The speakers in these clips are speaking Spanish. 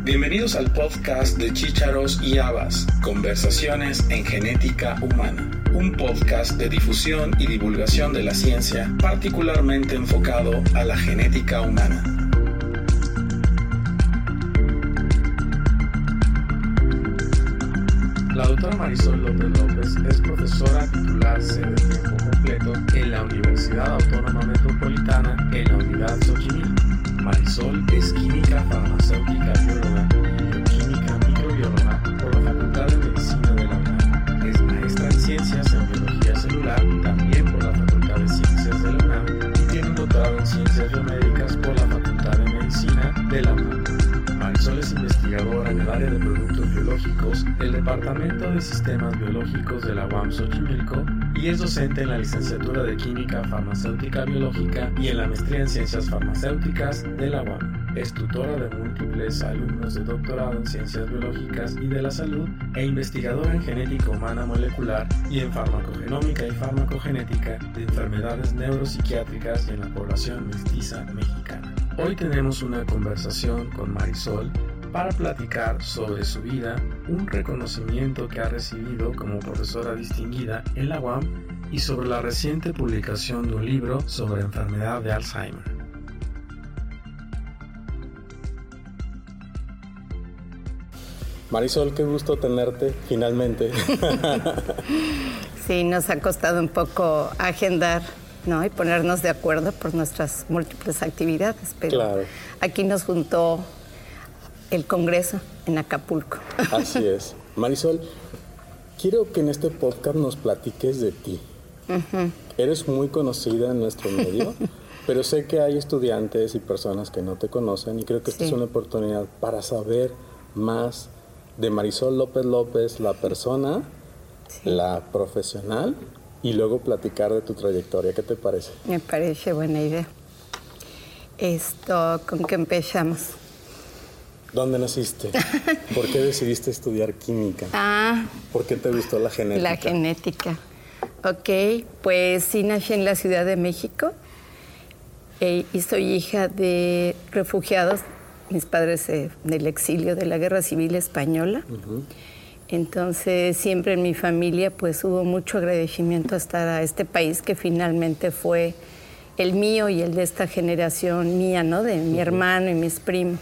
Bienvenidos al podcast de Chícharos y Habas, Conversaciones en Genética Humana, un podcast de difusión y divulgación de la ciencia, particularmente enfocado a la genética humana. La doctora Marisol López López es profesora titular C de tiempo completo en la Universidad Autónoma Metropolitana en la Unidad Xochimilco. Marisol es química farmacéutica bióloga y bioquímica microbióloga por la Facultad de Medicina de la UNAM. Es maestra en ciencias en biología celular, también por la Facultad de Ciencias de la UNAM, y tiene un doctorado en ciencias biomédicas por la Facultad de Medicina de la UNAM. Marisol es investigadora en el área de productos biológicos del Departamento de Sistemas Biológicos de la UAM Xochimilco y es docente en la licenciatura de Química Farmacéutica Biológica y en la maestría en Ciencias Farmacéuticas de la UAM. Es tutora de múltiples alumnos de doctorado en Ciencias Biológicas y de la Salud e investigadora en genética humana molecular y en farmacogenómica y farmacogenética de enfermedades neuropsiquiátricas y en la población mestiza mexicana. Hoy tenemos una conversación con Marisol para platicar sobre su vida, un reconocimiento que ha recibido como profesora distinguida en la UAM y sobre la reciente publicación de un libro sobre enfermedad de Alzheimer. Marisol, qué gusto tenerte finalmente. Sí, nos ha costado un poco agendar, ¿no? Y ponernos de acuerdo por nuestras múltiples actividades, pero claro, aquí nos juntó el Congreso en Acapulco. Así es. Marisol, quiero que en este podcast nos platiques de ti. Uh-huh. Eres muy conocida en nuestro medio, pero sé que hay estudiantes y personas que no te conocen y creo que esta es una oportunidad para saber más de Marisol López López, la persona, la profesional, y luego platicar de tu trayectoria. ¿Qué te parece? Me parece buena idea. ¿Con qué empezamos? ¿Dónde naciste? ¿Por qué decidiste estudiar química? ¿Por qué te gustó la genética? La genética. Ok, pues sí nací en la Ciudad de México y soy hija de refugiados, mis padres del exilio de la Guerra Civil Española. Uh-huh. Entonces, siempre en mi familia pues hubo mucho agradecimiento a estar a este país que finalmente fue el mío y el de esta generación mía, ¿no? De mi hermano y mis primos.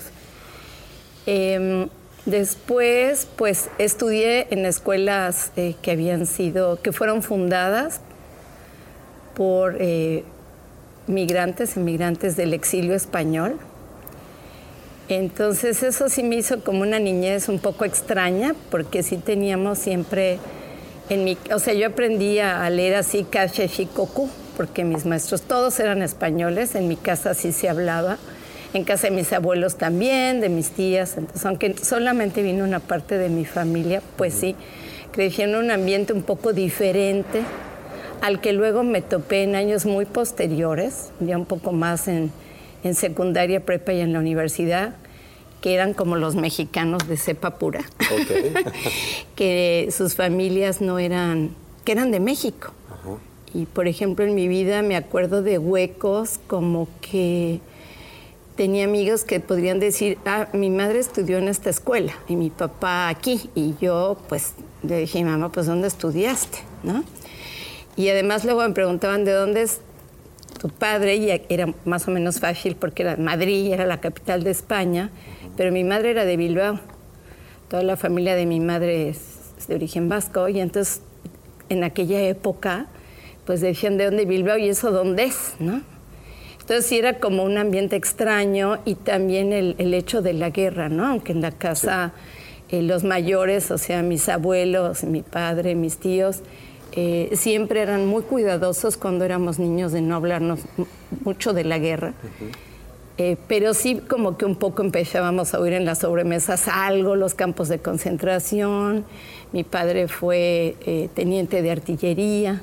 Después, pues, estudié en escuelas que fueron fundadas por inmigrantes del exilio español. Entonces eso sí me hizo como una niñez un poco extraña, porque sí teníamos siempre yo aprendí a leer así Kashe Shikoku, porque mis maestros todos eran españoles, en mi casa sí se hablaba, en casa de mis abuelos también, de mis tías, entonces aunque solamente vino una parte de mi familia, pues sí, crecí en un ambiente un poco diferente al que luego me topé en años muy posteriores, ya un poco más en secundaria, prepa y en la universidad, que eran como los mexicanos de cepa pura. Okay. Que sus familias que eran de México. Uh-huh. Y, por ejemplo, en mi vida me acuerdo de huecos como que tenía amigos que podrían decir, mi madre estudió en esta escuela y mi papá aquí. Y yo, pues, le dije, mamá, pues, ¿dónde estudiaste? ¿No? Y además luego me preguntaban, ¿de dónde es tu padre? Y era más o menos fácil porque era Madrid, era la capital de España, pero mi madre era de Bilbao. Toda la familia de mi madre es de origen vasco y entonces en aquella época pues decían de dónde Bilbao y eso dónde es, ¿no? Entonces sí era como un ambiente extraño y también el hecho de la guerra, ¿no? Aunque en la casa los mayores, o sea, mis abuelos, mi padre, mis tíos, siempre eran muy cuidadosos cuando éramos niños de no hablarnos mucho de la guerra. Uh-huh. Pero sí como que un poco empezábamos a oír en las sobremesas algo, los campos de concentración. Mi padre fue teniente de artillería.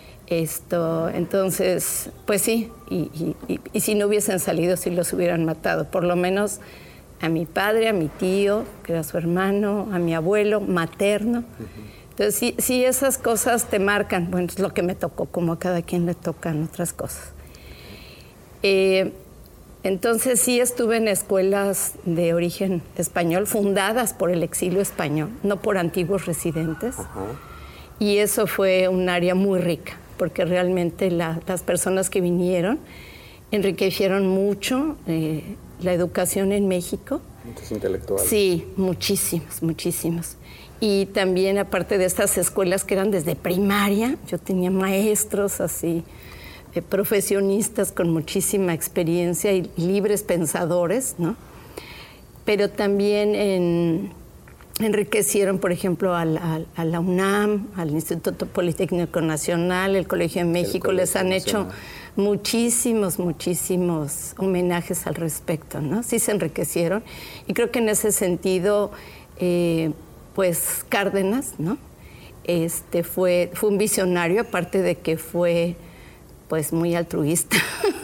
Entonces, pues sí, y si no hubiesen salido, sí los hubieran matado. Por lo menos a mi padre, a mi tío, que era su hermano, a mi abuelo materno. Uh-huh. Entonces, sí, esas cosas te marcan. Bueno, es lo que me tocó, como a cada quien le tocan otras cosas. Entonces sí estuve en escuelas de origen español, fundadas por el exilio español, no por antiguos residentes. Y eso fue un área muy rica, porque realmente las personas que vinieron enriquecieron mucho la educación en México. Muchos intelectuales. Sí, muchísimos, muchísimos. Y también, aparte de estas escuelas que eran desde primaria, yo tenía maestros así, profesionistas con muchísima experiencia y libres pensadores, ¿no? Pero también enriquecieron, por ejemplo, a la UNAM, al Instituto Politécnico Nacional, el Colegio de México, les han hecho muchísimos homenajes al respecto, ¿no? Sí se enriquecieron. Y creo que en ese sentido, pues Cárdenas, ¿no? Fue un visionario, aparte de que fue pues muy altruista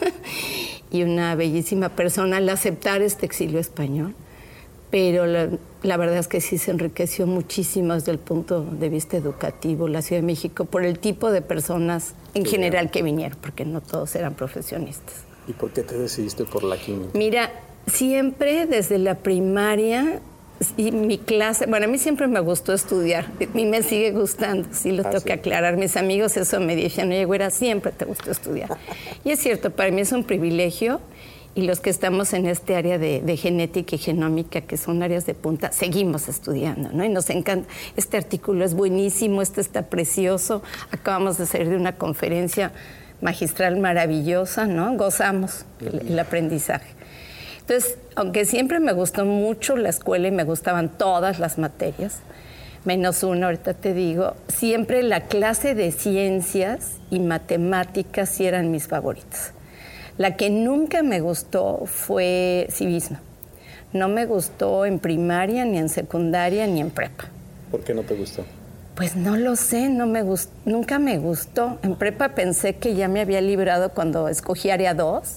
y una bellísima persona al aceptar este exilio español. Pero la verdad es que sí se enriqueció muchísimo desde el punto de vista educativo la Ciudad de México por el tipo de personas en general que vinieron, porque no todos eran profesionistas. ¿Y por qué te decidiste por la química? Mira, siempre desde la primaria y mi clase, bueno, a mí siempre me gustó estudiar y me sigue gustando, sí lo tengo que aclarar. Mis amigos eso me decían, oye, güera, siempre te gustó estudiar. Y es cierto, para mí es un privilegio. Y los que estamos en este área de genética y genómica, que son áreas de punta, seguimos estudiando, ¿no? Y nos encanta. Este artículo es buenísimo, está precioso. Acabamos de salir de una conferencia magistral maravillosa, ¿no? Gozamos el aprendizaje. Entonces, aunque siempre me gustó mucho la escuela y me gustaban todas las materias, menos una, ahorita te digo, siempre la clase de ciencias y matemáticas sí eran mis favoritas. La que nunca me gustó fue civismo. No me gustó en primaria, ni en secundaria, ni en prepa. ¿Por qué no te gustó? Pues no lo sé, nunca me gustó. En prepa pensé que ya me había librado cuando escogí área 2.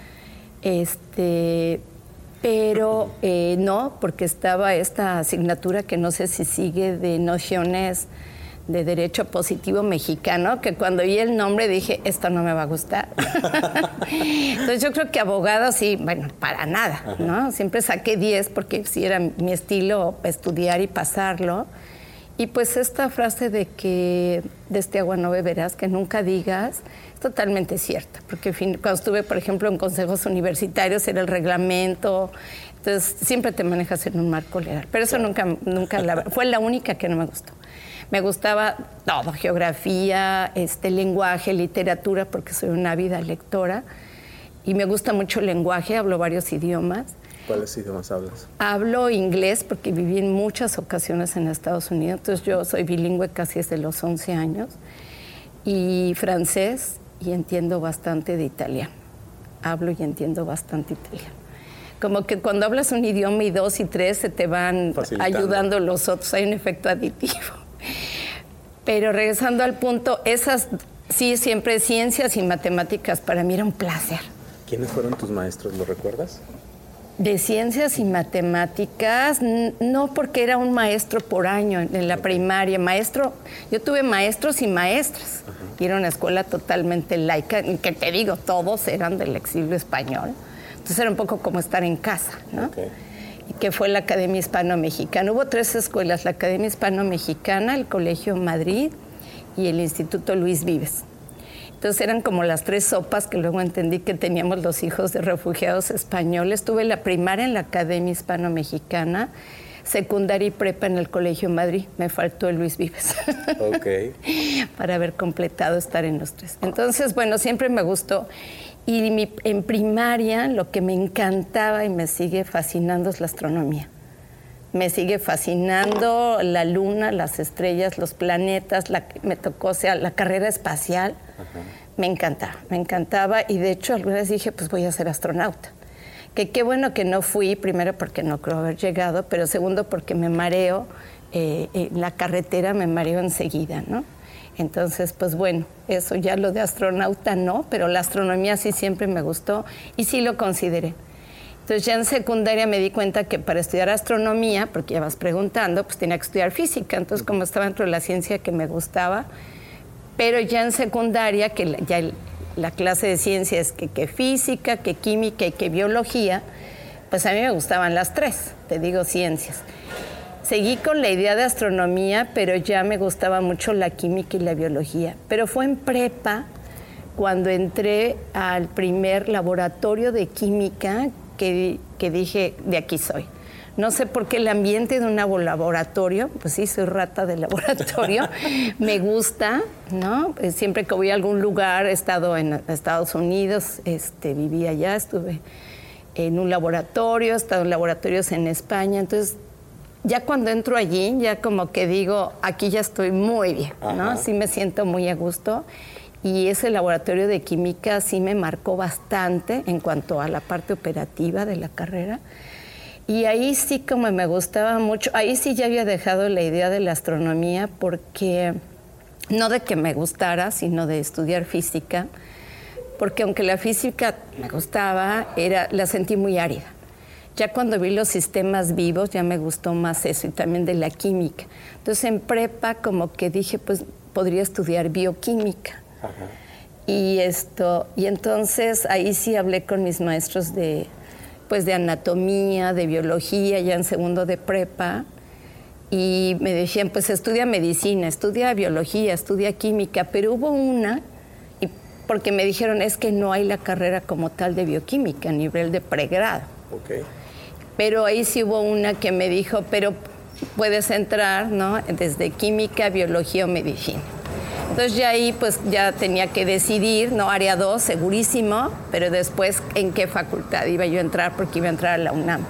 Pero no, porque estaba esta asignatura que no sé si sigue de nociones de derecho positivo mexicano, que cuando vi el nombre dije, esto no me va a gustar. Entonces yo creo que abogado sí, bueno, para nada, ¿no? Siempre saqué 10 porque sí era mi estilo estudiar y pasarlo. Y pues esta frase de que de este agua no beberás, que nunca digas, es totalmente cierta, porque cuando estuve, por ejemplo, en consejos universitarios era el reglamento, entonces siempre te manejas en un marco legal, pero eso nunca fue la única que no me gustó. Me gustaba todo, geografía, lenguaje, literatura, porque soy una ávida lectora. Y me gusta mucho el lenguaje, hablo varios idiomas. ¿Cuáles idiomas hablas? Hablo inglés porque viví en muchas ocasiones en Estados Unidos. Entonces yo soy bilingüe casi desde los 11 años. Y francés, y entiendo bastante de italiano. Hablo y entiendo bastante italiano. Como que cuando hablas un idioma y 2 y 3 se te van ayudando los otros. Hay un efecto aditivo. Pero regresando al punto, esas sí, siempre ciencias y matemáticas para mí era un placer. ¿Quiénes fueron tus maestros? ¿Lo recuerdas? De ciencias y matemáticas, no, porque era un maestro por año en la primaria. Yo tuve maestros y maestras. Y era una escuela totalmente laica, en que te digo, todos eran del exilio español. Entonces era un poco como estar en casa, ¿no? Que fue la Academia Hispano-Mexicana. Hubo 3 escuelas, la Academia Hispano-Mexicana, el Colegio Madrid y el Instituto Luis Vives. Entonces eran como las 3 sopas que luego entendí que teníamos los hijos de refugiados españoles. Tuve la primaria en la Academia Hispano-Mexicana, secundaria y prepa en el Colegio Madrid. Me faltó el Luis Vives. Para haber completado estar en los 3. Entonces, bueno, siempre me gustó. Y en primaria lo que me encantaba y me sigue fascinando es la astronomía. Me sigue fascinando la luna, las estrellas, los planetas, me tocó, la carrera espacial. Me encantaba y de hecho alguna vez dije, pues voy a ser astronauta. Que qué bueno que no fui, primero porque no creo haber llegado, pero segundo porque me mareo, en la carretera me mareo enseguida, ¿no? Entonces, pues bueno, eso ya lo de astronauta no, pero la astronomía sí siempre me gustó y sí lo consideré. Entonces ya en secundaria me di cuenta que para estudiar astronomía, porque ya vas preguntando, pues tenía que estudiar física. Entonces como estaba dentro de la ciencia que me gustaba, pero ya en secundaria, que ya la clase de ciencias, que física, que química y que biología, pues a mí me gustaban las tres, te digo ciencias. Seguí con la idea de astronomía, pero ya me gustaba mucho la química y la biología. Pero fue en prepa cuando entré al primer laboratorio de química que dije, de aquí soy. No sé por qué el ambiente de un laboratorio, pues sí, soy rata de laboratorio, me gusta, ¿no? Siempre que voy a algún lugar, he estado en Estados Unidos, viví allá, estuve en un laboratorio, he estado en laboratorios en España, entonces ya cuando entro allí, ya como que digo, aquí ya estoy muy bien, ¿no? Sí me siento muy a gusto. Y ese laboratorio de química sí me marcó bastante en cuanto a la parte operativa de la carrera. Y ahí sí como me gustaba mucho, ahí sí ya había dejado la idea de la astronomía porque, no de que me gustara, sino de estudiar física, porque aunque la física me gustaba, la sentí muy árida. Ya cuando vi los sistemas vivos ya me gustó más eso y también de la química. Entonces en prepa como que dije, pues podría estudiar bioquímica. Ajá. Y entonces ahí sí hablé con mis maestros de anatomía, de biología, ya en segundo de prepa, y me decían, pues estudia medicina, estudia biología, estudia química, pero hubo una, porque me dijeron, es que no hay la carrera como tal de bioquímica a nivel de pregrado. Okay. Pero ahí sí hubo una que me dijo, pero puedes entrar, ¿no? Desde química, biología o medicina. Entonces ya ahí pues ya tenía que decidir, ¿no? Área 2, segurísimo, pero después en qué facultad iba yo a entrar, porque iba a entrar a la UNAM.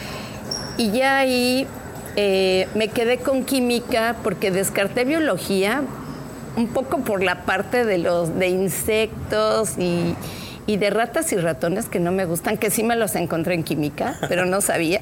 Y ya ahí me quedé con química porque descarté biología, un poco por la parte de insectos y de ratas y ratones que no me gustan, que sí me los encontré en química, pero no sabía.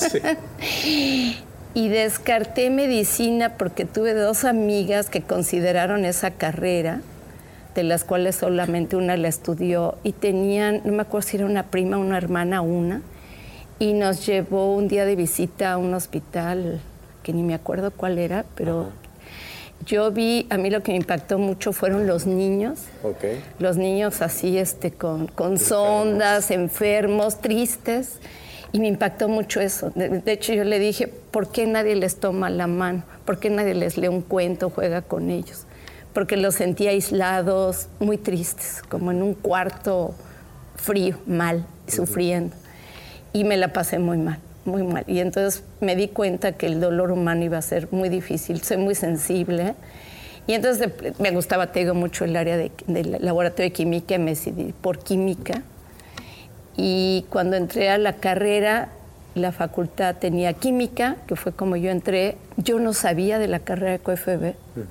Sí. Y descarté medicina porque tuve 2 amigas que consideraron esa carrera, de las cuales solamente una la estudió, y tenían, no me acuerdo si era una prima, una hermana, y nos llevó un día de visita a un hospital, que ni me acuerdo cuál era, pero yo vi, a mí lo que me impactó mucho fueron los niños. Okay. Los niños así, con sondas, enfermos, tristes. Y me impactó mucho eso. De hecho, yo le dije, ¿por qué nadie les toma la mano? ¿Por qué nadie les lee un cuento, juega con ellos? Porque los sentía aislados, muy tristes, como en un cuarto frío, mal, sufriendo. Y me la pasé muy mal, muy mal. Y entonces me di cuenta que el dolor humano iba a ser muy difícil, soy muy sensible. Y entonces me gustaba, te digo, mucho el área del laboratorio de química, y me decidí por química. Y cuando entré a la carrera, la facultad tenía química, que fue como yo entré. Yo no sabía de la carrera de COFB.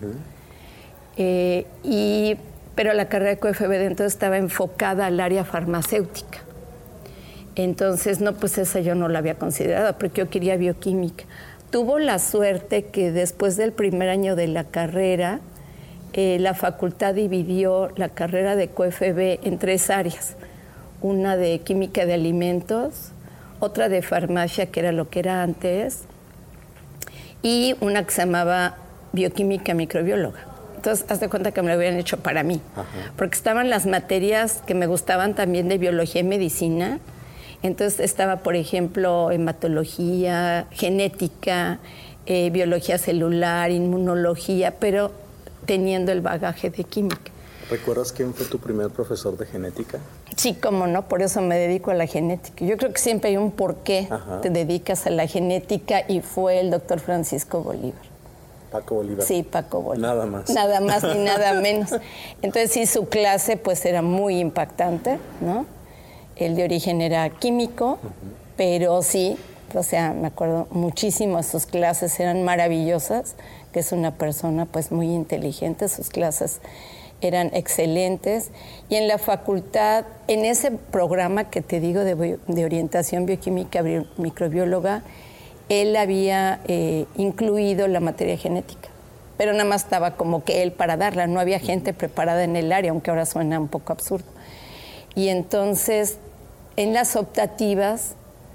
Pero la carrera de COFB de entonces estaba enfocada al área farmacéutica. Entonces, no, pues esa yo no la había considerado, porque yo quería bioquímica. Tuvo la suerte que después del primer año de la carrera, la facultad dividió la carrera de COFB en 3 áreas. Una de química de alimentos, otra de farmacia, que era lo que era antes, y una que se llamaba bioquímica microbióloga. Entonces, haz de cuenta que me lo habían hecho para mí. Ajá. Porque estaban las materias que me gustaban también de biología y medicina. Entonces estaba, por ejemplo, hematología, genética, biología celular, inmunología, pero teniendo el bagaje de química. ¿Recuerdas quién fue tu primer profesor de genética? Sí, cómo no, por eso me dedico a la genética. Yo creo que siempre hay un porqué te dedicas a la genética, y fue el doctor Francisco Bolívar. Paco Bolívar. Sí, Paco Bolívar. Nada más. Nada más ni nada menos. Entonces sí, su clase pues era muy impactante, ¿no? Él de origen era químico, pero sí, o sea, me acuerdo muchísimo, sus clases eran maravillosas, que es una persona pues muy inteligente, sus clases eran excelentes. Y en la facultad, en ese programa que te digo de orientación bioquímica microbióloga, él había incluido la materia genética, pero nada más estaba como que él para darla, no había gente preparada en el área, aunque ahora suena un poco absurdo. Y entonces, en las optativas,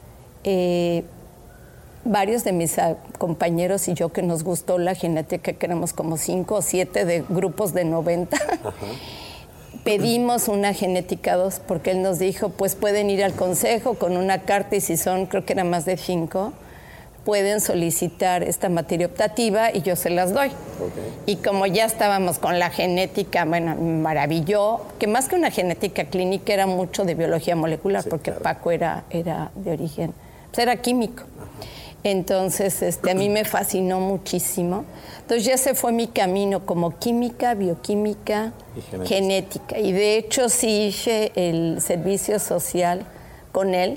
varios de mis compañeros y yo, que nos gustó la genética, que éramos como 5 o 7 de grupos de 90, pedimos una genética 2 porque él nos dijo, pues pueden ir al consejo con una carta y si son, creo que era más de 5, pueden solicitar esta materia optativa y yo se las doy. Okay. Y como ya estábamos con la genética, bueno, me maravilló, que más que una genética clínica era mucho de biología molecular, sí, porque claro. Paco era de origen, pues era químico. Ajá. Entonces, a mí me fascinó muchísimo. Entonces ya ese fue mi camino como química, bioquímica, y genética. Y de hecho sí hice el servicio social con él.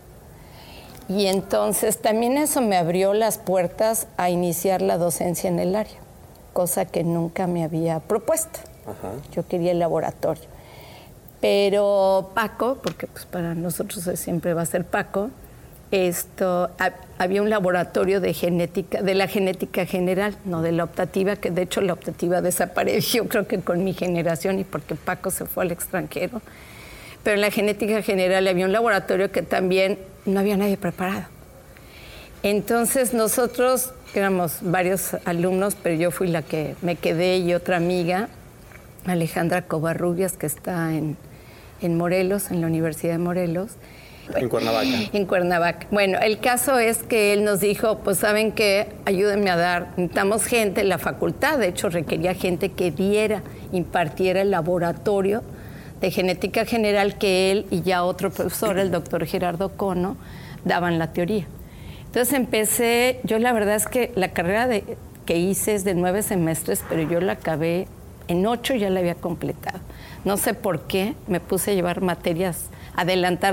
Y entonces también eso me abrió las puertas a iniciar la docencia en el área, cosa que nunca me había propuesto. Ajá. Yo quería el laboratorio. Pero Paco, porque pues para nosotros siempre va a ser Paco, había un laboratorio de genética, de la genética general, no de la optativa, que de hecho la optativa desapareció, creo que con mi generación y porque Paco se fue al extranjero. Pero en la genética general había un laboratorio que también no había nadie preparado. Entonces nosotros éramos varios alumnos, pero yo fui la que me quedé y otra amiga, Alejandra Covarrubias, que está en Morelos, en la Universidad de Morelos. En Cuernavaca. En Cuernavaca. Bueno, el caso es que él nos dijo, pues ¿saben qué? Ayúdenme a dar, necesitamos gente, la facultad de hecho requería gente que impartiera el laboratorio de genética general que él y ya otro profesor, el doctor Gerardo Cono, daban la teoría. Entonces empecé, yo la verdad es que la carrera que hice es de 9 semestres, pero yo la acabé en 8, ya la había completado. No sé por qué, me puse a llevar materias, adelantar,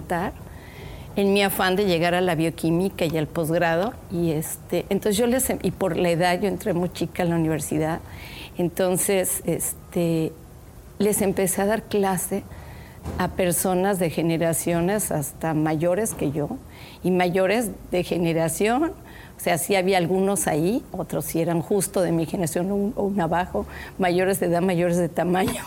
en mi afán de llegar a la bioquímica y al posgrado. Y entonces y por la edad, yo entré muy chica a la universidad, entonces les empecé a dar clase a personas de generaciones hasta mayores que yo y mayores de generación. O sea, sí había algunos ahí, otros sí eran justo de mi generación o un abajo, mayores de edad, mayores de tamaño.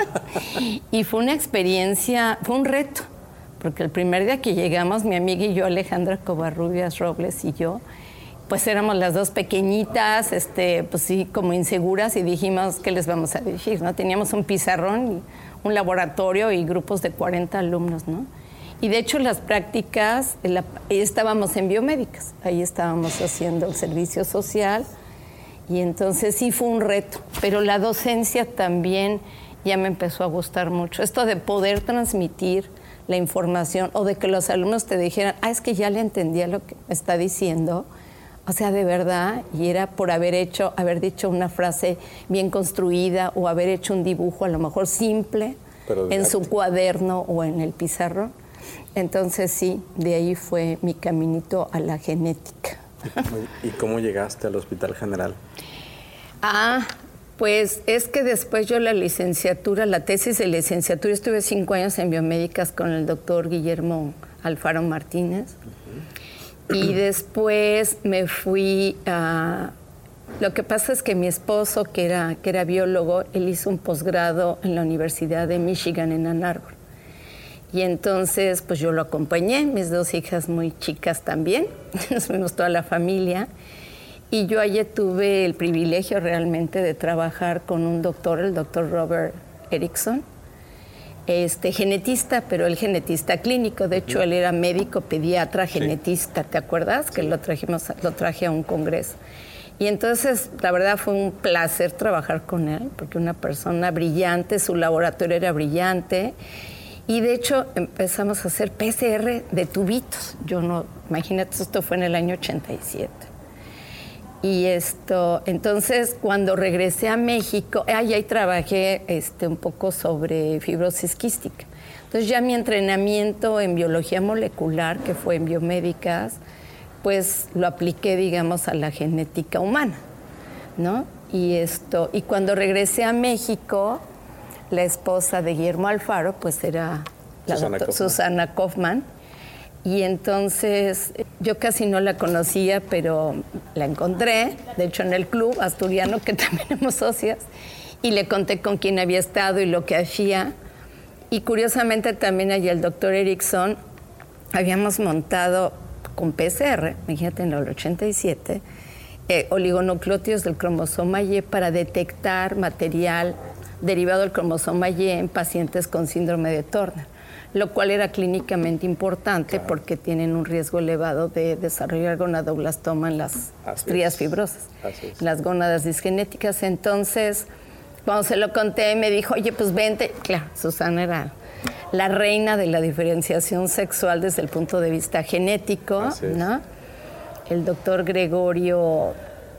Y fue una experiencia, fue un reto, porque el primer día que llegamos, mi amiga y yo, Alejandra Covarrubias Robles y yo, pues éramos las dos pequeñitas, pues sí, como inseguras y dijimos, ¿qué les vamos a decir? ¿No? Teníamos un pizarrón, un laboratorio y grupos de 40 alumnos, ¿no? Y de hecho las prácticas, estábamos en biomédicas, ahí estábamos haciendo el servicio social y entonces sí fue un reto, pero la docencia también ya me empezó a gustar mucho. Esto de poder transmitir la información o de que los alumnos te dijeran, es que ya le entendía lo que me está diciendo. O sea, de verdad, y era por haber dicho una frase bien construida o haber hecho un dibujo a lo mejor simple en su cuaderno o en el pizarrón. Entonces sí, de ahí fue mi caminito a la genética. ¿Y cómo llegaste al Hospital General? Pues es que después yo la tesis de licenciatura, estuve 5 años en biomédicas con el doctor Guillermo Alfaro Martínez. Y después me fui a... Lo que pasa es que mi esposo, que era biólogo, él hizo un posgrado en la Universidad de Michigan en Ann Arbor. Y entonces, pues yo lo acompañé, mis 2 hijas muy chicas también, nos fuimos toda la familia. Y yo allí tuve el privilegio realmente de trabajar con un doctor, el doctor Robert Erickson, genetista, pero él genetista clínico. De hecho, él era médico, pediatra, genetista, ¿te acuerdas? Sí. Que lo traje a un congreso. Y entonces, la verdad, fue un placer trabajar con él, porque una persona brillante, su laboratorio era brillante. Y de hecho, empezamos a hacer PCR de tubitos. Imagínate, esto fue en el año 87. Y entonces, cuando regresé a México, ahí trabajé un poco sobre fibrosis quística. Entonces, ya mi entrenamiento en biología molecular, que fue en biomédicas, pues lo apliqué, digamos, a la genética humana, ¿no? Y cuando regresé a México, la esposa de Guillermo Alfaro, pues era Susana Kaufman. Y entonces yo casi no la conocía, pero la encontré, de hecho en el club asturiano, que también éramos socias, y le conté con quién había estado y lo que hacía. Y curiosamente también allí el doctor Erickson habíamos montado con PCR, imagínate en el 87, oligonucleótidos del cromosoma Y para detectar material derivado del cromosoma Y en pacientes con síndrome de Turner, lo cual era clínicamente importante porque tienen un riesgo elevado de desarrollar gonadoblastoma en las estrías fibrosas, las gónadas disgenéticas. Entonces, cuando se lo conté, me dijo, oye, pues vente. Claro, Susana era la reina de la diferenciación sexual desde el punto de vista genético, ¿no? El doctor Gregorio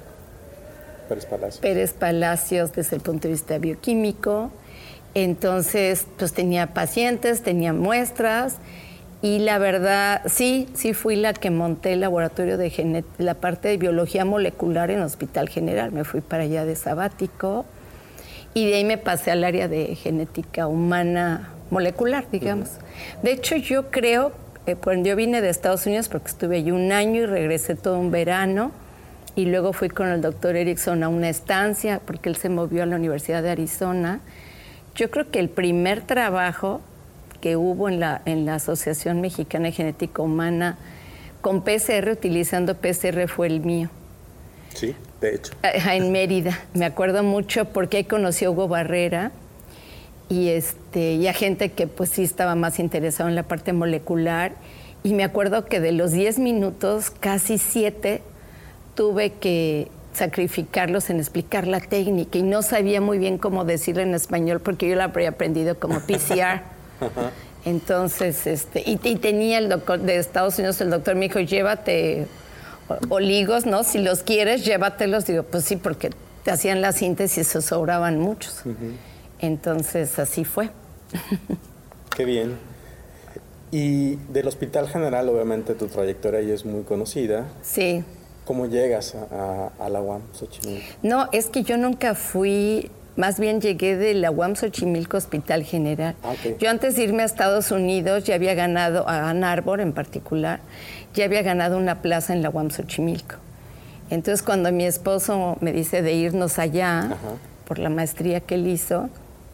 Pérez Palacios desde el punto de vista bioquímico. Entonces, pues tenía pacientes, tenía muestras y la verdad, sí fui la que monté el laboratorio de la parte de biología molecular en el Hospital General. Me fui para allá de sabático y de ahí me pasé al área de genética humana molecular, digamos. De hecho, yo creo, cuando yo vine de Estados Unidos, porque estuve allí un año y regresé todo un verano, y luego fui con el doctor Erickson a una estancia, porque él se movió a la Universidad de Arizona. Yo creo que el primer trabajo que hubo en la Asociación Mexicana de Genética Humana con PCR, utilizando PCR, fue el mío. Sí, de hecho. En Mérida. Me acuerdo mucho porque ahí conocí a Hugo Barrera y a gente que pues sí estaba más interesado en la parte molecular. Y me acuerdo que de los 10 minutos, casi 7, tuve que sacrificarlos en explicar la técnica y no sabía muy bien cómo decirlo en español porque yo la había aprendido como PCR. Entonces, y tenía el doctor de Estados Unidos, el doctor me dijo, llévate oligos, ¿no? Si los quieres, llévatelos. Digo, pues sí, porque te hacían la síntesis y se sobraban muchos. Entonces, así fue. Qué bien. Y del Hospital General, obviamente, tu trayectoria ahí es muy conocida. Sí. ¿Cómo llegas a la UAM Xochimilco? No, es que yo nunca fui, más bien llegué de la UAM Xochimilco Hospital General. Okay. Yo antes de irme a Estados Unidos ya había ganado, a Ann Arbor en particular, ya había ganado una plaza en la UAM Xochimilco. Entonces cuando mi esposo me dice de irnos allá, por la maestría que él hizo,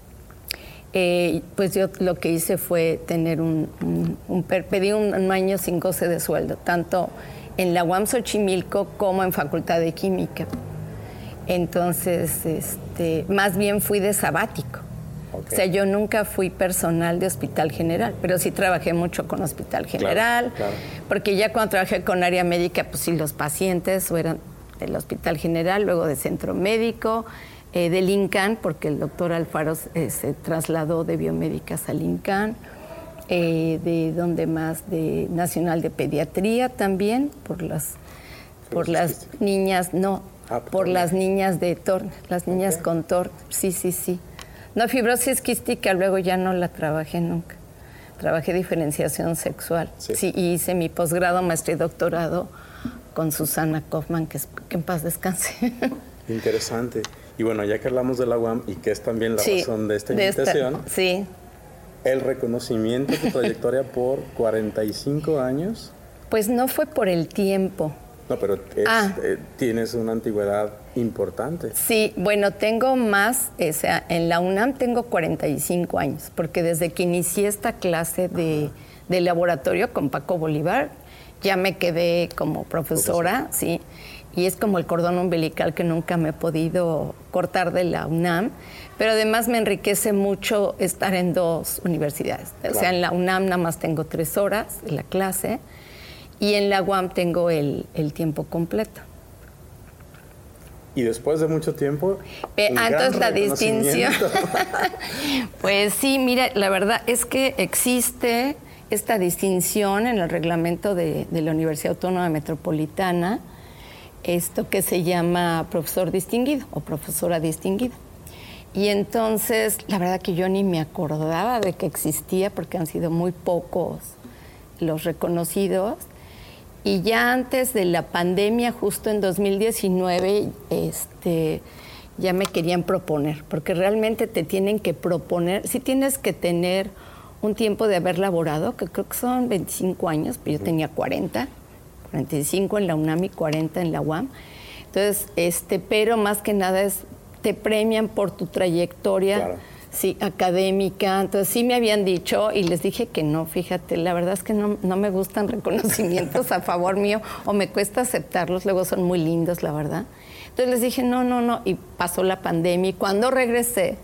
pues yo lo que hice fue tener pedí un año sin goce de sueldo, tanto en la UAM Xochimilco como en Facultad de Química. Entonces, más bien fui de sabático. Okay. O sea, yo nunca fui personal de Hospital General, pero sí trabajé mucho con Hospital General, claro. Porque ya cuando trabajé con área médica, pues sí, los pacientes eran del Hospital General, luego de Centro Médico, del INCAN, porque el doctor Alfaro se trasladó de biomédicas al INCAN, de donde más, de Nacional de Pediatría también, por las niñas, no, por las niñas de Turner, las niñas con Turner, sí. No, fibrosis quística luego ya no la trabajé nunca. Trabajé diferenciación sexual. Sí, y hice mi posgrado, maestría y doctorado con Susana Kaufman, que en paz descanse. Interesante. Y bueno, ya que hablamos de la UAM y que es también la razón de esta invitación, el reconocimiento de tu trayectoria por 45 años. Pues no fue por el tiempo. No, pero tienes una antigüedad importante. Sí, bueno, tengo más, o sea, en la UNAM tengo 45 años, porque desde que inicié esta clase de laboratorio con Paco Bolívar, ya me quedé como profesora, sí, y es como el cordón umbilical que nunca me he podido cortar de la UNAM, pero además me enriquece mucho estar en 2 universidades. Claro. O sea, en la UNAM nada más tengo 3 horas en la clase, y en la UAM tengo el tiempo completo. Y después de mucho tiempo, entonces la distinción. Pues sí, mira, la verdad es que existe esta distinción en el reglamento de la Universidad Autónoma Metropolitana, esto que se llama profesor distinguido o profesora distinguida. Y entonces, la verdad que yo ni me acordaba de que existía, porque han sido muy pocos los reconocidos. Y ya antes de la pandemia, justo en 2019, ya me querían proponer, porque realmente te tienen que proponer, sí tienes que tener un tiempo de haber laborado, que creo que son 25 años, pero yo tenía 45 en la UNAM y 40 en la UAM. Entonces, pero más que nada te premian por tu trayectoria. Claro. Sí, académica. Entonces sí me habían dicho y les dije que no, fíjate, la verdad es que no me gustan reconocimientos a favor mío o me cuesta aceptarlos, luego son muy lindos, la verdad. Entonces les dije no, y pasó la pandemia y cuando regresé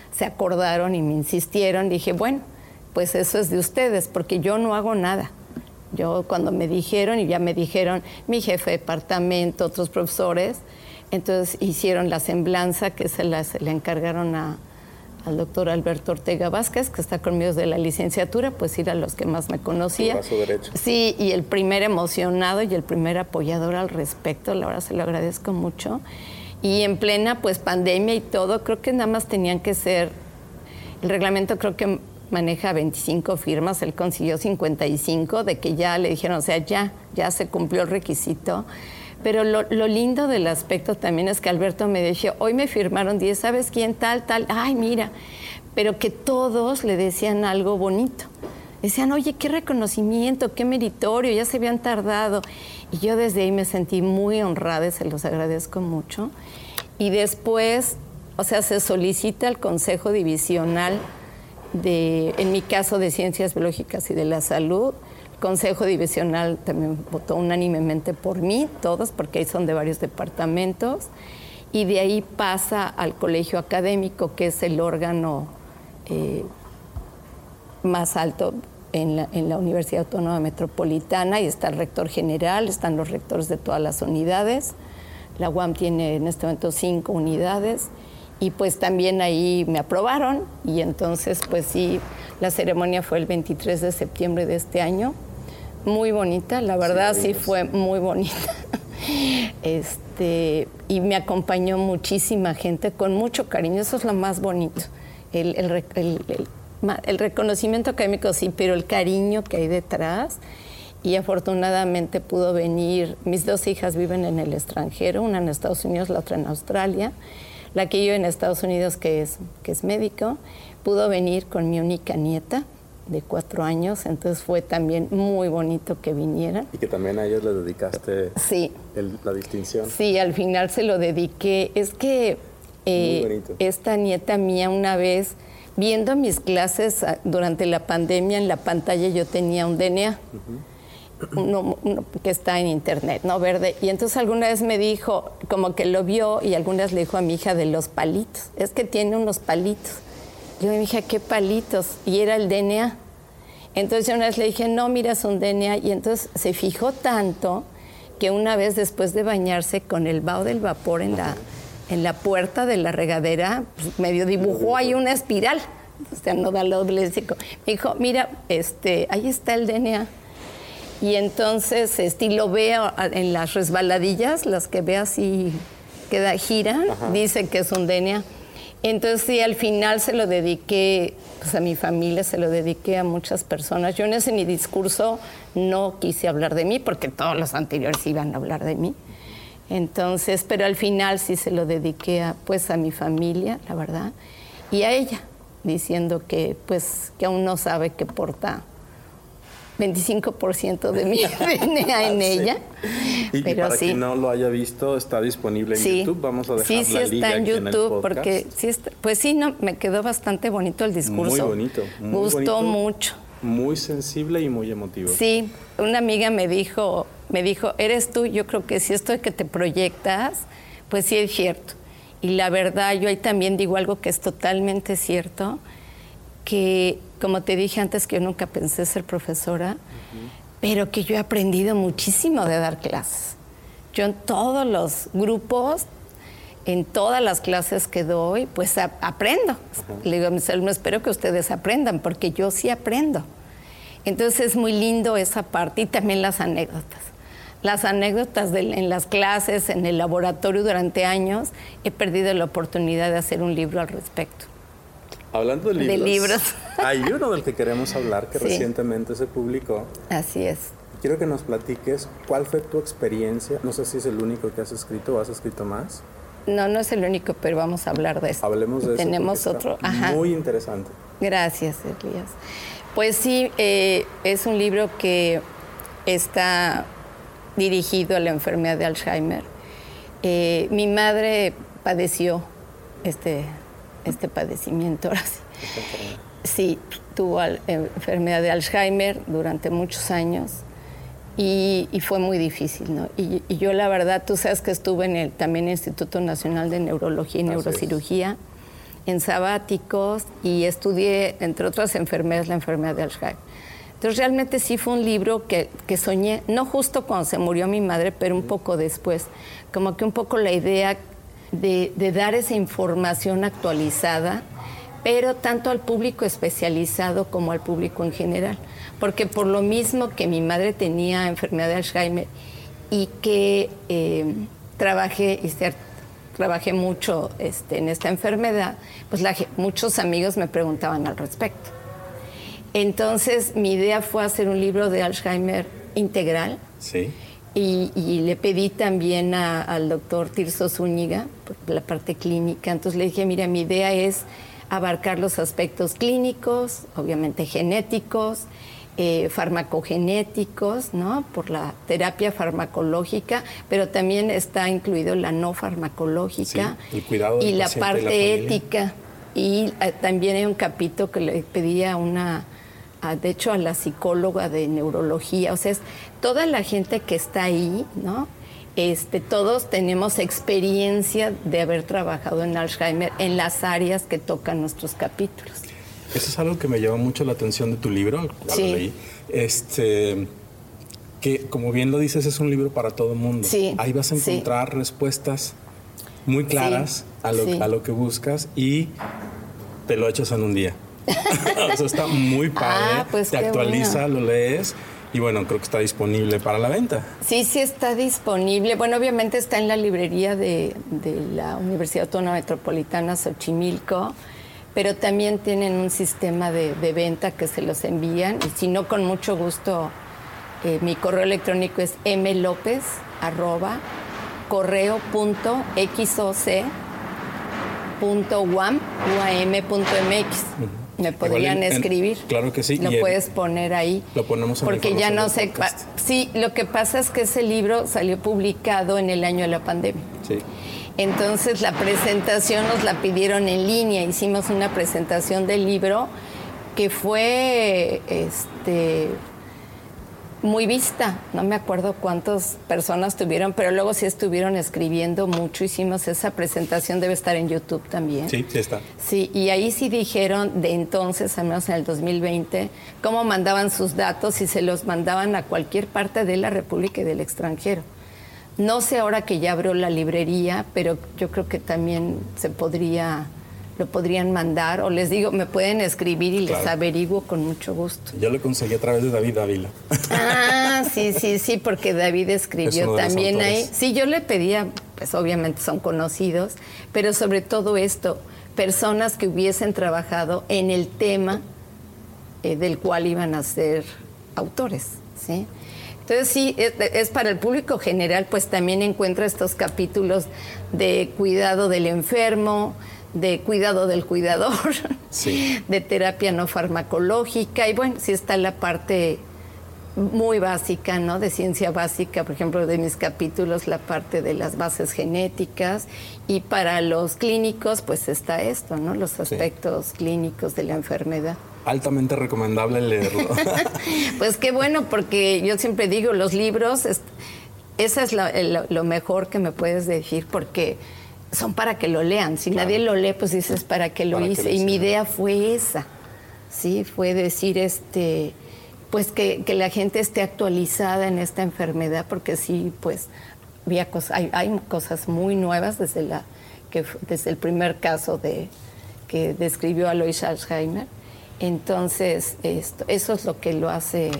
se acordaron y me insistieron. Dije, bueno, pues eso es de ustedes, porque yo no hago nada. Yo cuando me dijeron, y ya me dijeron mi jefe de departamento, otros profesores, entonces hicieron la semblanza que se le encargaron al doctor Alberto Ortega Vázquez, que está conmigo de la licenciatura, pues era los que más me conocía. Tu brazo derecho. Sí, y el primer emocionado y el primer apoyador al respecto, la verdad se lo agradezco mucho. Y en plena pues pandemia y todo, creo que nada más tenían que ser, el reglamento creo que maneja 25 firmas, él consiguió 55, de que ya le dijeron, o sea, ya se cumplió el requisito. Pero lo lindo del aspecto también es que Alberto me decía, hoy me firmaron 10, ¿sabes quién? Tal, ay, mira. Pero que todos le decían algo bonito. Decían, oye, qué reconocimiento, qué meritorio, ya se habían tardado. Y yo desde ahí me sentí muy honrada y se los agradezco mucho. Y después, o sea, se solicita al Consejo Divisional en mi caso, de Ciencias Biológicas y de la Salud. El Consejo Divisional también votó unánimemente por mí, todos, porque ahí son de varios departamentos. Y de ahí pasa al Colegio Académico, que es el órgano más alto en la Universidad Autónoma Metropolitana, y está el rector general, están los rectores de todas las unidades. La UAM tiene en este momento 5 unidades. Y pues también ahí me aprobaron, y entonces pues sí, la ceremonia fue el 23 de septiembre de este año. Muy bonita, la verdad sí fue muy bonita. Y me acompañó muchísima gente con mucho cariño, eso es lo más bonito. El reconocimiento académico sí, pero el cariño que hay detrás. Y afortunadamente pudo venir, mis 2 hijas viven en el extranjero, una en Estados Unidos, la otra en Australia. La que vive en Estados Unidos, que es médico, pudo venir con mi única nieta de 4 años, entonces fue también muy bonito que vinieran. Y que también a ellos les dedicaste la distinción. Sí, al final se lo dediqué. Es que esta nieta mía una vez, viendo mis clases durante la pandemia, en la pantalla yo tenía un DNA. Uno que está en internet, ¿no? Verde. Y entonces alguna vez me dijo, como que lo vio, y alguna vez le dijo a mi hija de los palitos. Es que tiene unos palitos. Yo me dije, ¿qué palitos? Y era el DNA. Entonces yo una vez le dije, no, mira, es un DNA. Y entonces se fijó tanto que una vez después de bañarse con el vaho del vapor en la puerta de la regadera, pues medio dibujó ahí una espiral. O sea, no da lo lésico. Me dijo, mira, ahí está el DNA. Y entonces lo veo en las resbaladillas, las que ve así, giran, dice que es un DNA. Entonces sí, al final se lo dediqué pues, a mi familia, se lo dediqué a muchas personas. Yo en ese mi discurso no quise hablar de mí, porque todos los anteriores iban a hablar de mí. Entonces, pero al final sí se lo dediqué a mi familia, la verdad, y a ella, diciendo que aún no sabe que porta 25% de mi DNA en ella. Y para quien no lo haya visto, está disponible en YouTube. Vamos a dejar la liga está en aquí YouTube, en el porque me quedó bastante bonito el discurso. Muy bonito. Gustó mucho. Muy sensible y muy emotivo. Sí, una amiga me dijo, ¿eres tú? Yo creo que si esto de que te proyectas, pues sí es cierto. Y la verdad, yo ahí también digo algo que es totalmente cierto, que como te dije antes, que yo nunca pensé ser profesora, pero que yo he aprendido muchísimo de dar clases. Yo en todos los grupos, en todas las clases que doy, pues aprendo. Le digo a mis alumnos, espero que ustedes aprendan, porque yo sí aprendo. Entonces es muy lindo esa parte, y también las anécdotas. Las anécdotas en las clases, en el laboratorio durante años, he perdido la oportunidad de hacer un libro al respecto. Hablando de libros, hay uno del que queremos hablar que recientemente se publicó. Así es. Quiero que nos platiques cuál fue tu experiencia. No sé si es el único que has escrito o has escrito más. No es el único, pero vamos a hablar de eso. Hablemos de eso. Tenemos otro. Muy interesante. Gracias, Elías. Pues sí, es un libro que está dirigido a la enfermedad de Alzheimer. Mi madre padeció este padecimiento. Sí, tuvo enfermedad de Alzheimer durante muchos años y fue muy difícil, ¿no? Y yo, la verdad, tú sabes que estuve también en el Instituto Nacional de Neurología y Neurocirugía. en sabáticos y estudié, entre otras enfermedades, la enfermedad de Alzheimer. Entonces realmente sí fue un libro que soñé, no justo cuando se murió mi madre, pero un poco después, como que un poco la idea de dar esa información actualizada, pero tanto al público especializado como al público en general. Porque por lo mismo que mi madre tenía enfermedad de Alzheimer y que trabajé mucho en esta enfermedad, pues muchos amigos me preguntaban al respecto. Entonces mi idea fue hacer un libro de Alzheimer integral. Sí. Y le pedí también al doctor Tirso Zúñiga, por la parte clínica. Entonces le dije, mira, mi idea es abarcar los aspectos clínicos, obviamente genéticos, farmacogenéticos, ¿no? Por la terapia farmacológica, pero también está incluido la no farmacológica, sí, el cuidado del y la paciente parte y la ética. Y también hay un capítulo que le pedí de hecho a la psicóloga de neurología, o sea, es toda la gente que está ahí, ¿no? Todos tenemos experiencia de haber trabajado en Alzheimer en las áreas que tocan nuestros capítulos. Eso es algo que me llama mucho la atención de tu libro, al cual leí. Que como bien lo dices, es un libro para todo el mundo. Sí, ahí vas a encontrar respuestas muy claras a lo que buscas y te lo echas en un día. Eso está muy padre, pues te actualiza, bueno. Lo lees y bueno, creo que está disponible para la venta. Sí está disponible. Bueno, obviamente está en la librería de la Universidad Autónoma Metropolitana Xochimilco, pero también tienen un sistema de venta que se los envían y si no, con mucho gusto, mi correo electrónico es mlopez@correo.xoc.uam.mx. Me podrían escribir. Claro que sí. Lo puedes poner ahí. Lo ponemos en porque ya no sé. Sí, lo que pasa es que ese libro salió publicado en el año de la pandemia. Sí. Entonces la presentación nos la pidieron en línea. Hicimos una presentación del libro que fue muy vista. No me acuerdo cuántas personas tuvieron, pero luego sí estuvieron escribiendo mucho. Hicimos esa presentación, debe estar en YouTube también. Sí, sí está. Sí, y ahí sí dijeron de entonces, al menos en el 2020, cómo mandaban sus datos y se los mandaban a cualquier parte de la República y del extranjero. No sé ahora que ya abrió la librería, pero yo creo que también lo podrían mandar, o les digo, me pueden escribir y les averiguo con mucho gusto. Yo lo conseguí a través de David Ávila. Sí, porque David escribió también ahí. Sí, yo le pedía, pues obviamente son conocidos, pero sobre todo esto, personas que hubiesen trabajado en el tema del cual iban a ser autores, ¿sí? Entonces sí, es para el público general, pues también encuentra estos capítulos de cuidado del enfermo, de cuidado del cuidador, sí, de terapia no farmacológica, y bueno, sí está la parte muy básica, ¿no? De ciencia básica, por ejemplo, de mis capítulos, la parte de las bases genéticas, y para los clínicos, pues está esto, ¿no? Los aspectos clínicos de la enfermedad. Altamente recomendable leerlo. Pues qué bueno, porque yo siempre digo, los libros, esa es lo mejor que me puedes decir, porque son para que lo lean. Si nadie lo lee, pues dices, ¿para qué lo hice? Y mi idea fue esa, ¿sí? Fue decir, pues que la gente esté actualizada en esta enfermedad, porque sí, pues hay cosas muy nuevas desde el primer caso que describió Alois Alzheimer. Entonces, eso es lo que lo hace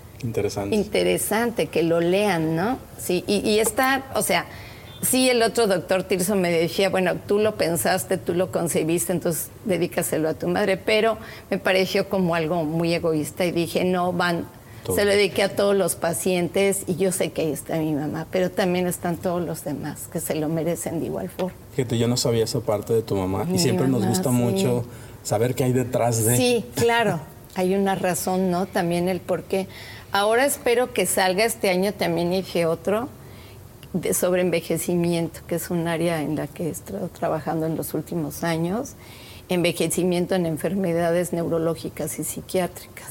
interesante, que lo lean, ¿no? Sí, y está, o sea, sí, el otro doctor Tirso me decía, bueno, tú lo pensaste, tú lo concebiste, entonces dedícaselo a tu madre, pero me pareció como algo muy egoísta y dije, no, se lo dediqué a todos los pacientes y yo sé que ahí está mi mamá, pero también están todos los demás que se lo merecen de igual forma. Fíjate, yo no sabía esa parte de tu mamá y siempre nos gusta mucho saber qué hay detrás de... Sí, claro, hay una razón, ¿no? También el por qué. Ahora espero que salga este año, también hice otro sobre envejecimiento, que es un área en la que he estado trabajando en los últimos años, envejecimiento en enfermedades neurológicas y psiquiátricas.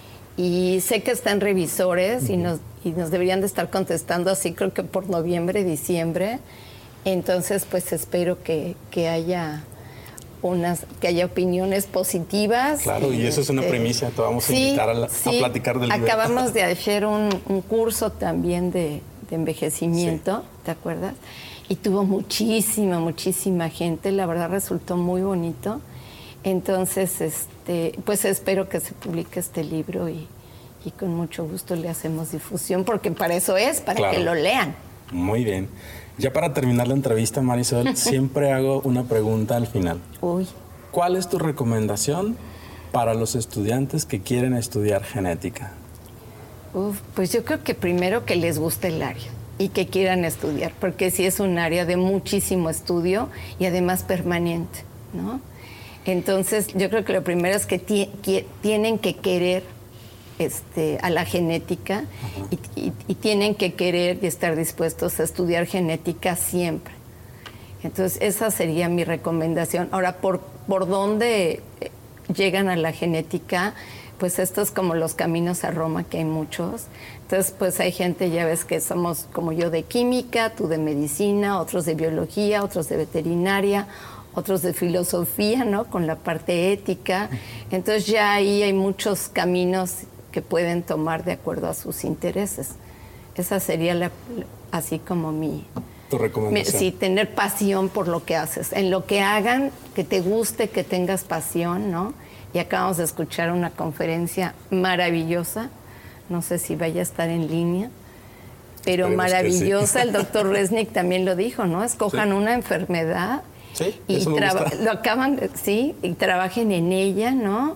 Y sé que están revisores y nos deberían de estar contestando así, creo que por noviembre, diciembre. Entonces, pues espero que haya que haya opiniones positivas. Claro, y eso es una primicia, te vamos a invitar a platicar del libro. Acabamos de hacer un curso también de envejecimiento, ¿te acuerdas? Y tuvo muchísima gente, la verdad resultó muy bonito. Entonces, pues espero que se publique este libro y con mucho gusto le hacemos difusión, porque para eso es, para que lo lean. Muy bien. Ya para terminar la entrevista, Marisol, siempre hago una pregunta al final. Uy. ¿Cuál es tu recomendación para los estudiantes que quieren estudiar genética? Pues yo creo que primero que les guste el área y que quieran estudiar, porque sí es un área de muchísimo estudio y además permanente, ¿no? Entonces, yo creo que lo primero es que tienen que querer a la genética y tienen que querer y estar dispuestos a estudiar genética siempre. Entonces, esa sería mi recomendación. Ahora, ¿por dónde llegan a la genética? Pues esto es como los caminos a Roma, que hay muchos. Entonces, pues hay gente, ya ves que somos como yo de química, tú de medicina, otros de biología, otros de veterinaria, otros de filosofía, ¿no? Con la parte ética. Entonces ya ahí hay muchos caminos que pueden tomar de acuerdo a sus intereses. Esa sería así como tu recomendación. Sí, tener pasión por lo que haces. En lo que hagan, que te guste, que tengas pasión, ¿no? Y acabamos de escuchar una conferencia maravillosa. No sé si vaya a estar en línea, pero esperemos maravillosa. Sí. El doctor Resnick también lo dijo, ¿no? Escojan una enfermedad. Sí, eso me gusta. Y trabajen en ella, ¿no?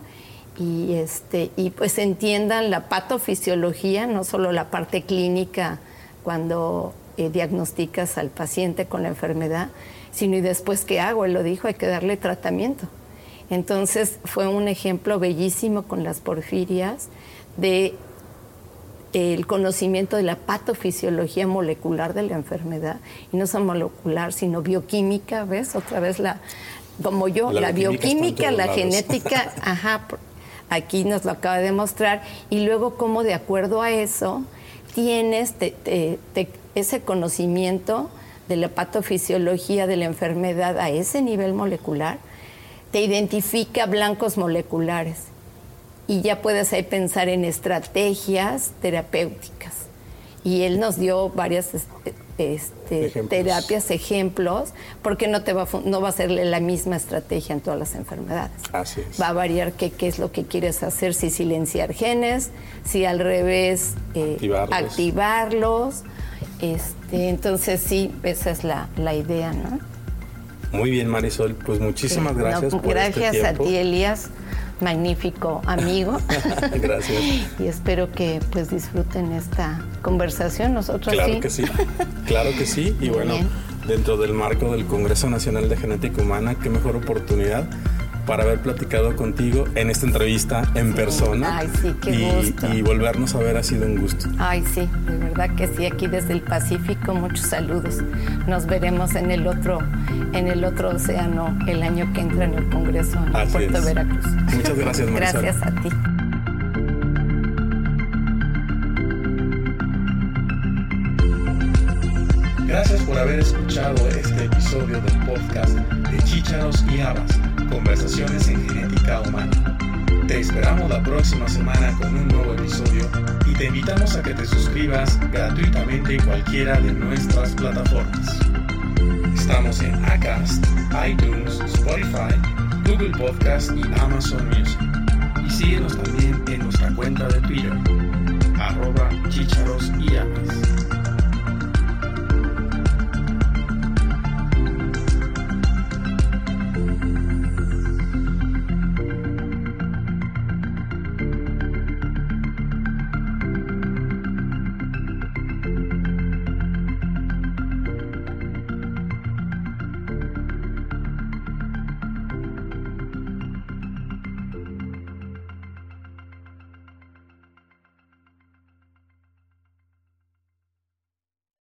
Y pues entiendan la patofisiología, no solo la parte clínica cuando diagnosticas al paciente con la enfermedad, sino y después qué hago. Él lo dijo, hay que darle tratamiento. Entonces fue un ejemplo bellísimo con las porfirias de el conocimiento de la patofisiología molecular de la enfermedad, y no solo molecular, sino bioquímica, ¿ves? Otra vez la bioquímica, la genética, aquí nos lo acaba de demostrar, y luego cómo de acuerdo a eso tienes ese conocimiento de la patofisiología de la enfermedad a ese nivel molecular, te identifica blancos moleculares. Y ya puedes ahí pensar en estrategias terapéuticas. Y él nos dio varias terapias, ejemplos, porque no va a ser la misma estrategia en todas las enfermedades. Así es. Va a variar qué es lo que quieres hacer, si silenciar genes, si al revés activarlos. Entonces sí, esa es la idea, ¿no? Muy bien, Marisol, pues muchísimas gracias por este tiempo. Gracias a ti, Elías. Magnífico amigo. Gracias. Y espero que pues disfruten esta conversación. Nosotros claro que sí. Claro que sí. Y bueno, dentro del marco del Congreso Nacional de Genética Humana, qué mejor oportunidad para haber platicado contigo en esta entrevista en persona. Ay, sí, qué gusto. Y volvernos a ver ha sido un gusto. Ay, sí, de verdad que sí. Aquí desde el Pacífico, muchos saludos. Nos veremos en el otro océano el año que entra en el Congreso en Puerto Veracruz. Muchas gracias, Marisol. Gracias a ti. Gracias por haber escuchado este episodio del podcast de Chícharos y Habas, Conversaciones en Genética Humana. Te esperamos la próxima semana con un nuevo episodio y te invitamos a que te suscribas gratuitamente en cualquiera de nuestras plataformas. Estamos en Acast, iTunes, Spotify, Google Podcast y Amazon Music. Y síguenos también en nuestra cuenta de Twitter, @chícharos y habas.